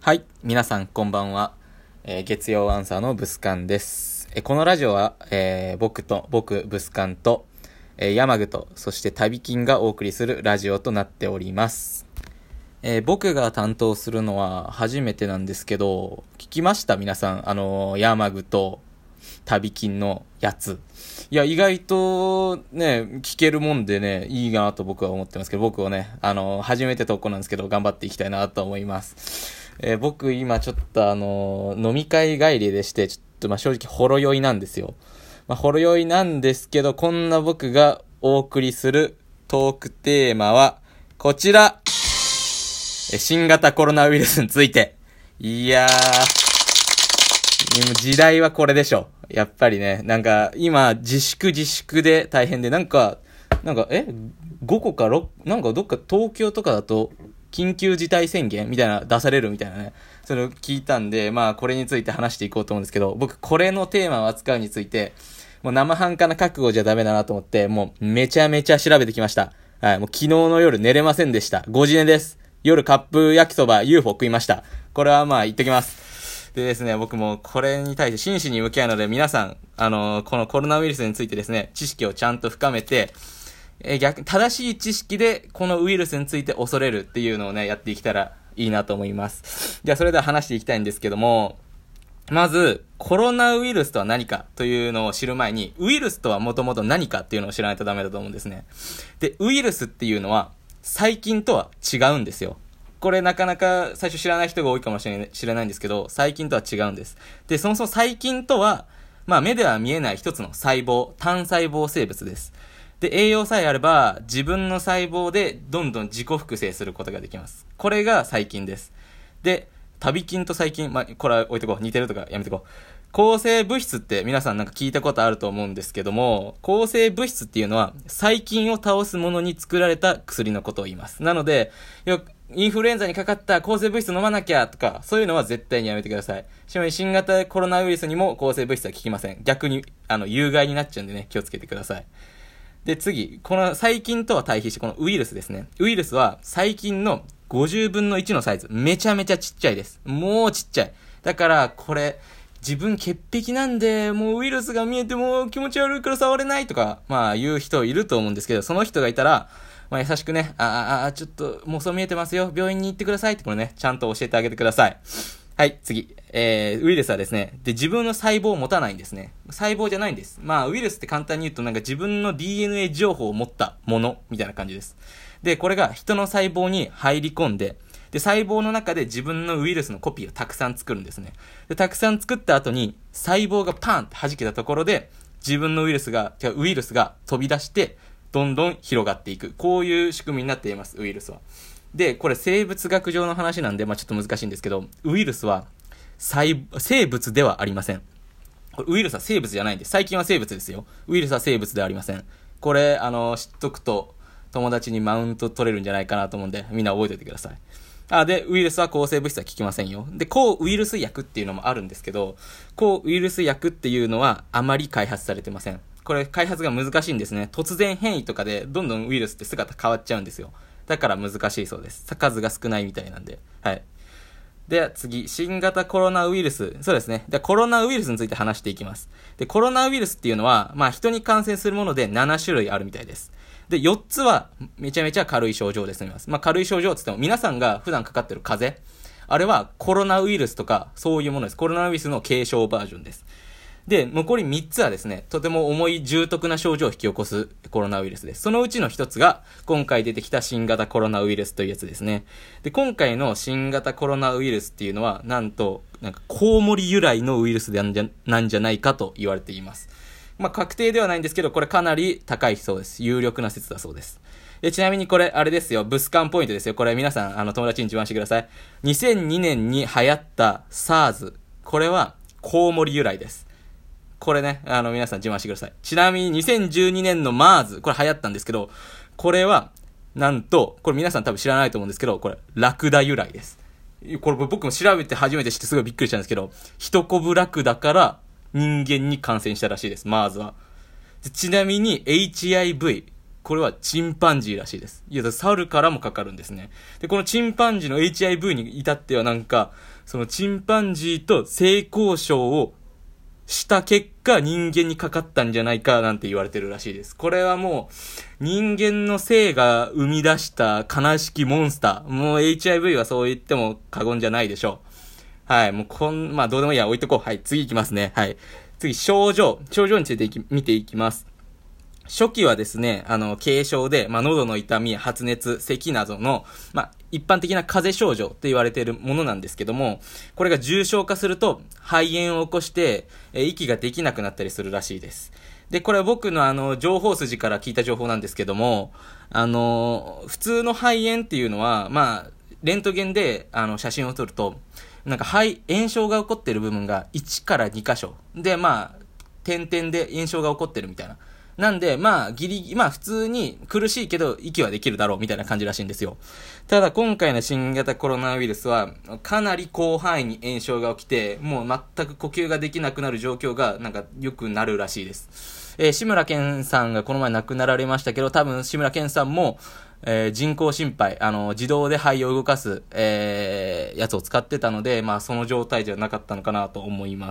はい、皆さんこんばんは。月曜アンサーのブスカンです。このラジオは、僕ブスカンと、ヤマグと、そして旅金がお送りするラジオとなっております。僕が担当するのは初めてなんですけど、聞きました皆さん、ヤマグと旅金のやつ。いや、意外とね、聞けるもんでね、いいなと僕は思ってますけど、僕はね、初めて投稿なんですけど、頑張っていきたいなと思います。僕今ちょっと飲み会帰りでして、ちょっと正直ほろ酔いなんですよ。ほろ酔いなんですけど、こんな僕がお送りするトークテーマは、こちら。新型コロナウイルスについて。いやー、時代はこれでしょ。やっぱりね、今、自粛で大変で、5個か6、どっか東京とかだと、緊急事態宣言みたいな出されるみたいなね。それを聞いたんで、これについて話していこうと思うんですけど、僕これのテーマを扱うについて、もう生半可な覚悟じゃダメだなと思って、もうめちゃめちゃ調べてきました。はい、もう昨日の夜寝れませんでした。5時寝です。夜カップ焼きそば UFO 食いました。これは言っときます。でですね、僕もこれに対して真摯に向き合うので、皆さん、このコロナウイルスについてですね、知識をちゃんと深めて、正しい知識でこのウイルスについて恐れるっていうのをね、やっていけたらいいなと思います。じゃあそれでは話していきたいんですけども、まず、コロナウイルスとは何かというのを知る前に、ウイルスとはもともと何かっていうのを知らないとダメだと思うんですね。で、ウイルスっていうのは、細菌とは違うんですよ。これなかなか最初知らない人が多いかもしれないんですけど、細菌とは違うんです。で、そもそも細菌とは、目では見えない一つの細胞、単細胞生物です。で、栄養さえあれば、自分の細胞でどんどん自己複製することができます。これが細菌です。で、旅菌と細菌、これは置いとこう。似てるとかやめてこう。抗生物質って皆さん聞いたことあると思うんですけども、抗生物質っていうのは、細菌を倒すものに作られた薬のことを言います。なので、インフルエンザにかかった抗生物質飲まなきゃとか、そういうのは絶対にやめてください。ちなみに新型コロナウイルスにも抗生物質は効きません。逆に、有害になっちゃうんでね、気をつけてください。で、次、この細菌とは対比して、このウイルスですね。ウイルスは細菌の50分の1のサイズ。めちゃめちゃちっちゃいです。もうちっちゃい。だから、これ、自分潔癖なんで、もうウイルスが見えても気持ち悪いから触れないとか、言う人いると思うんですけど、その人がいたら、優しくね、ちょっと、もうそう見えてますよ。病院に行ってくださいってこれね、ちゃんと教えてあげてください。はい、次。ウイルスはですね、で、自分の細胞を持たないんですね。細胞じゃないんです。ウイルスって簡単に言うと自分の DNA 情報を持ったもの、みたいな感じです。で、これが人の細胞に入り込んで、で、細胞の中で自分のウイルスのコピーをたくさん作るんですね。で、たくさん作った後に、細胞がパンって弾けたところで、自分のウイルスが飛び出して、どんどん広がっていく。こういう仕組みになっています、ウイルスは。で、これ生物学上の話なんで、ちょっと難しいんですけど、ウイルスは生物ではありません。これウイルスは生物じゃないんです。細菌は生物ですよ。ウイルスは生物ではありません。これ、知っとくと友達にマウント取れるんじゃないかなと思うんで、みんな覚えておいてください。で、ウイルスは抗生物質は効きませんよ。で、抗ウイルス薬っていうのもあるんですけど、抗ウイルス薬っていうのはあまり開発されてません。これ開発が難しいんですね。突然変異とかでどんどんウイルスって姿変わっちゃうんですよ。だから難しいそうです。数が少ないみたいなんで。はい。で、次、新型コロナウイルス。そうですね。で、コロナウイルスについて話していきます。で、コロナウイルスっていうのは、人に感染するもので7種類あるみたいです。で、4つはめちゃめちゃ軽い症状で済みます。軽い症状って言っても、皆さんが普段かかってる風邪。あれはコロナウイルスとかそういうものです。コロナウイルスの軽症バージョンです。で、残り3つはですね、とても重い重篤な症状を引き起こすコロナウイルスです。そのうちの1つが、今回出てきた新型コロナウイルスというやつですね。で、今回の新型コロナウイルスっていうのは、コウモリ由来のウイルスなんじゃないかと言われています。確定ではないんですけど、これかなり高いそうです。有力な説だそうです。で、ちなみにこれ、あれですよ、ブスカンポイントですよ。これ皆さん、友達に自慢してください。2002年に流行った SARS。これは、コウモリ由来です。これね、皆さん自慢してください。ちなみに2012年の MERS、これ流行ったんですけど、これは、これ皆さん多分知らないと思うんですけど、これ、ラクダ由来です。これ僕も調べて初めて知ってすごいびっくりしたんですけど、ヒトコブラクダから人間に感染したらしいです、MERSは。ちなみに HIV、 これはチンパンジーらしいです。いや、猿からもかかるんですね。で、このチンパンジーの HIV に至ってはそのチンパンジーと性交渉をした結果人間にかかったんじゃないかなんて言われてるらしいです。これはもう人間の性が生み出した悲しきモンスター。もう HIV はそう言っても過言じゃないでしょう。はい。もうまあどうでもいいや、置いとこう。はい。次行きますね。はい。次、症状について見ていきます。初期はですね、軽症で、喉の痛み、発熱、咳などの、一般的な風邪症状と言われているものなんですけども、これが重症化すると、肺炎を起こして、息ができなくなったりするらしいです。で、これは僕の情報筋から聞いた情報なんですけども、普通の肺炎っていうのは、レントゲンで、写真を撮ると、炎症が起こっている部分が1から2箇所。で、点々で炎症が起こってるみたいな。なんで、普通に苦しいけど息はできるだろうみたいな感じらしいんですよ。ただ今回の新型コロナウイルスは、かなり広範囲に炎症が起きて、もう全く呼吸ができなくなる状況が良くなるらしいです。志村けんさんがこの前亡くなられましたけど、多分志村けんさんも、人工心肺、自動で肺を動かす、やつを使ってたので、その状態じゃなかったのかなと思います。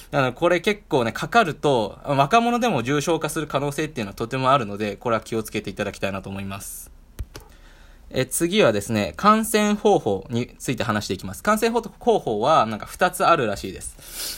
だからこれ結構ね、かかると、若者でも重症化する可能性っていうのはとてもあるので、これは気をつけていただきたいなと思います。次はですね、感染方法について話していきます。感染方法は2つあるらしいです。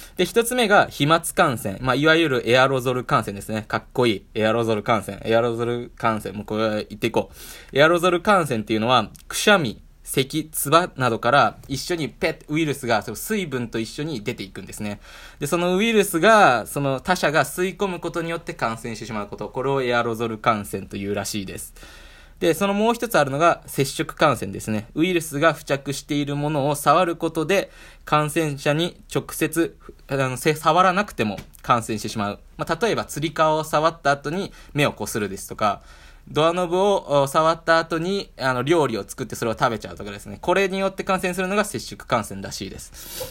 で、1つ目が飛沫感染。いわゆるエアロゾル感染ですね。かっこいい。エアロゾル感染。もうこれ言っていこう。エアロゾル感染っていうのは、くしゃみ、咳、唾などから一緒にウイルスが水分と一緒に出ていくんですね。で、そのウイルスが、その他者が吸い込むことによって感染してしまうこと。これをエアロゾル感染というらしいです。で、そのもう一つあるのが接触感染ですね。ウイルスが付着しているものを触ることで感染者に直接触らなくても感染してしまう。例えばつり革を触った後に目をこするですとか、ドアノブを触った後に料理を作ってそれを食べちゃうとかですね。これによって感染するのが接触感染らしいです。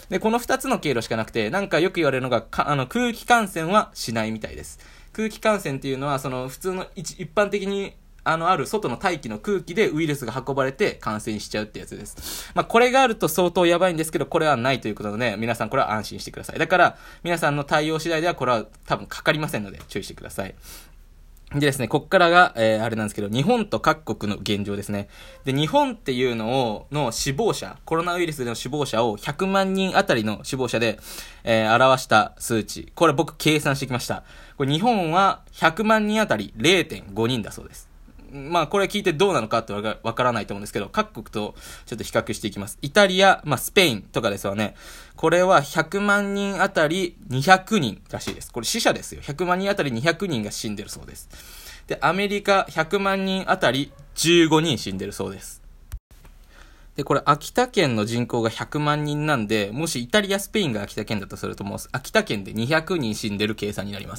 で、この二つの経路しかなくて、よく言われるのが空気感染はしないみたいです。空気感染っていうのは普通の一般的にある外の大気の空気でウイルスが運ばれて感染しちゃうってやつです。これがあると相当やばいんですけど、これはないということで、皆さんこれは安心してください。だから、皆さんの対応次第ではこれは多分かかりませんので、注意してください。でですね、こっからが、あれなんですけど、日本と各国の現状ですね。で、日本っていうの死亡者、コロナウイルスでの死亡者を100万人あたりの死亡者で、表した数値。これ僕計算してきました。これ日本は100万人あたり 0.5 人だそうです。これ聞いてどうなのかってわからないと思うんですけど、各国とちょっと比較していきます。イタリア、スペインとかですわね。これは100万人あたり200人らしいです。これ死者ですよ。100万人あたり200人が死んでるそうです。で、アメリカ100万人あたり15人死んでるそうです。で、これ秋田県の人口が100万人なんで、もしイタリア、スペインが秋田県だとするともう秋田県で200人死んでる計算になります。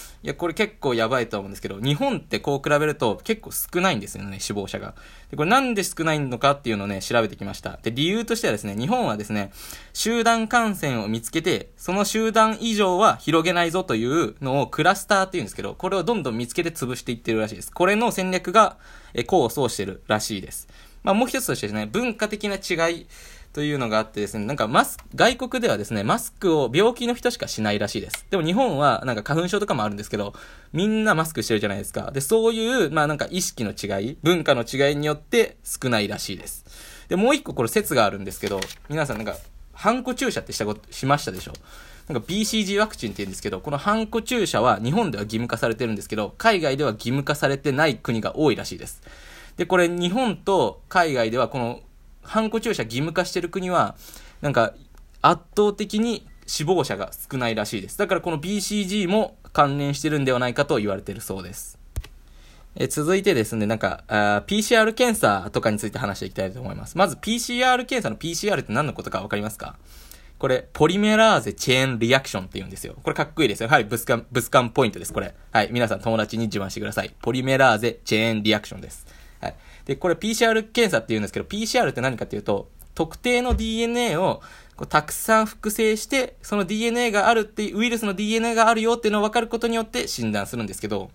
いや、これ結構やばいと思うんですけど、日本ってこう比べると結構少ないんですよね、死亡者が。で、これなんで少ないのかっていうのをね、調べてきました。で、理由としてはですね、日本はですね、集団感染を見つけて、その集団以上は広げないぞというのをクラスターっていうんですけど、これをどんどん見つけて潰していってるらしいです。これの戦略が功を奏してるらしいです。もう一つとしてですね、文化的な違いというのがあってですね、外国ではですね、マスクを病気の人しかしないらしいです。でも日本は花粉症とかもあるんですけど、みんなマスクしてるじゃないですか。で、そういう、意識の違い、文化の違いによって少ないらしいです。で、もう一個これ説があるんですけど、皆さんハンコ注射ってしましたでしょ？BCG ワクチンって言うんですけど、このハンコ注射は日本では義務化されてるんですけど、海外では義務化されてない国が多いらしいです。で、これ日本と海外ではこのハンコ注射義務化してる国は圧倒的に死亡者が少ないらしいです。だからこの BCG も関連してるんではないかと言われているそうです。続いてですね、PCR 検査とかについて話していきたいと思います。まず PCR 検査の PCR って何のことかわかりますか？これ、ポリメラーゼチェーンリアクションって言うんですよ。これかっこいいですよ。はい、ブスカンポイントです、これ。はい、皆さん友達に自慢してください。ポリメラーゼチェーンリアクションです。はい。で、これ PCR 検査って言うんですけど、PCR って何かっていうと、特定の DNA をたくさん複製して、その DNA があるっていう、ウイルスの DNA があるよっていうのを分かることによって診断するんですけど、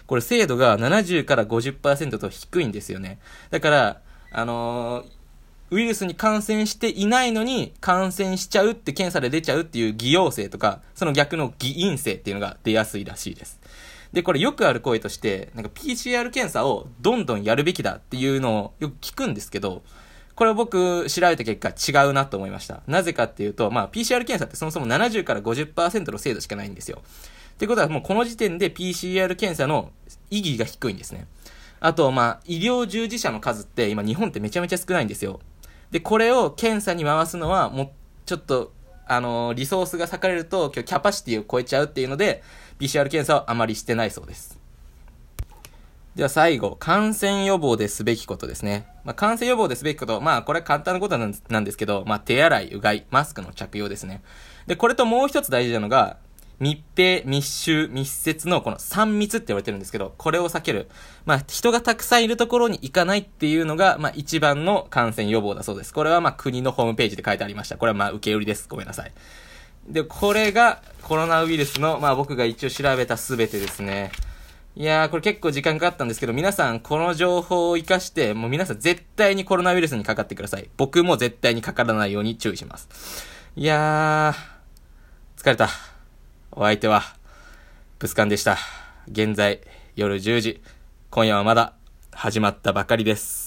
これ精度が70から 50% と低いんですよね。だから、ウイルスに感染していないのに感染しちゃうって検査で出ちゃうっていう偽陽性とか、その逆の偽陰性っていうのが出やすいらしいです。で、これよくある声として、なんか PCR 検査をどんどんやるべきだっていうのをよく聞くんですけど、これは僕調べた結果違うなと思いました。なぜかっていうと、PCR 検査ってそもそも70から 50% の精度しかないんですよ。ってことはもうこの時点で PCR 検査の意義が低いんですね。あと、医療従事者の数って今日本ってめちゃめちゃ少ないんですよ。で、これを検査に回すのはもうちょっと、リソースが割かれるとキャパシティを超えちゃうっていうので、PCR 検査はあまりしてないそうです。では最後、感染予防ですべきことですね。感染予防ですべきこと、これは簡単なことなんですけど、手洗い、うがい、マスクの着用ですね。で、これともう一つ大事なのが、密閉、密集、密接のこの3密って言われてるんですけど、これを避ける。人がたくさんいるところに行かないっていうのが、一番の感染予防だそうです。これは国のホームページで書いてありました。これは受け売りです。ごめんなさい。で、これがコロナウイルスの、僕が一応調べたすべてですね。いやー、これ結構時間かかったんですけど、皆さんこの情報を活かして、もう皆さん絶対にコロナウイルスにかかってください。僕も絶対にかからないように注意します。いやー、疲れた。お相手は、ブスカンでした。現在、夜10時。今夜はまだ始まったばかりです。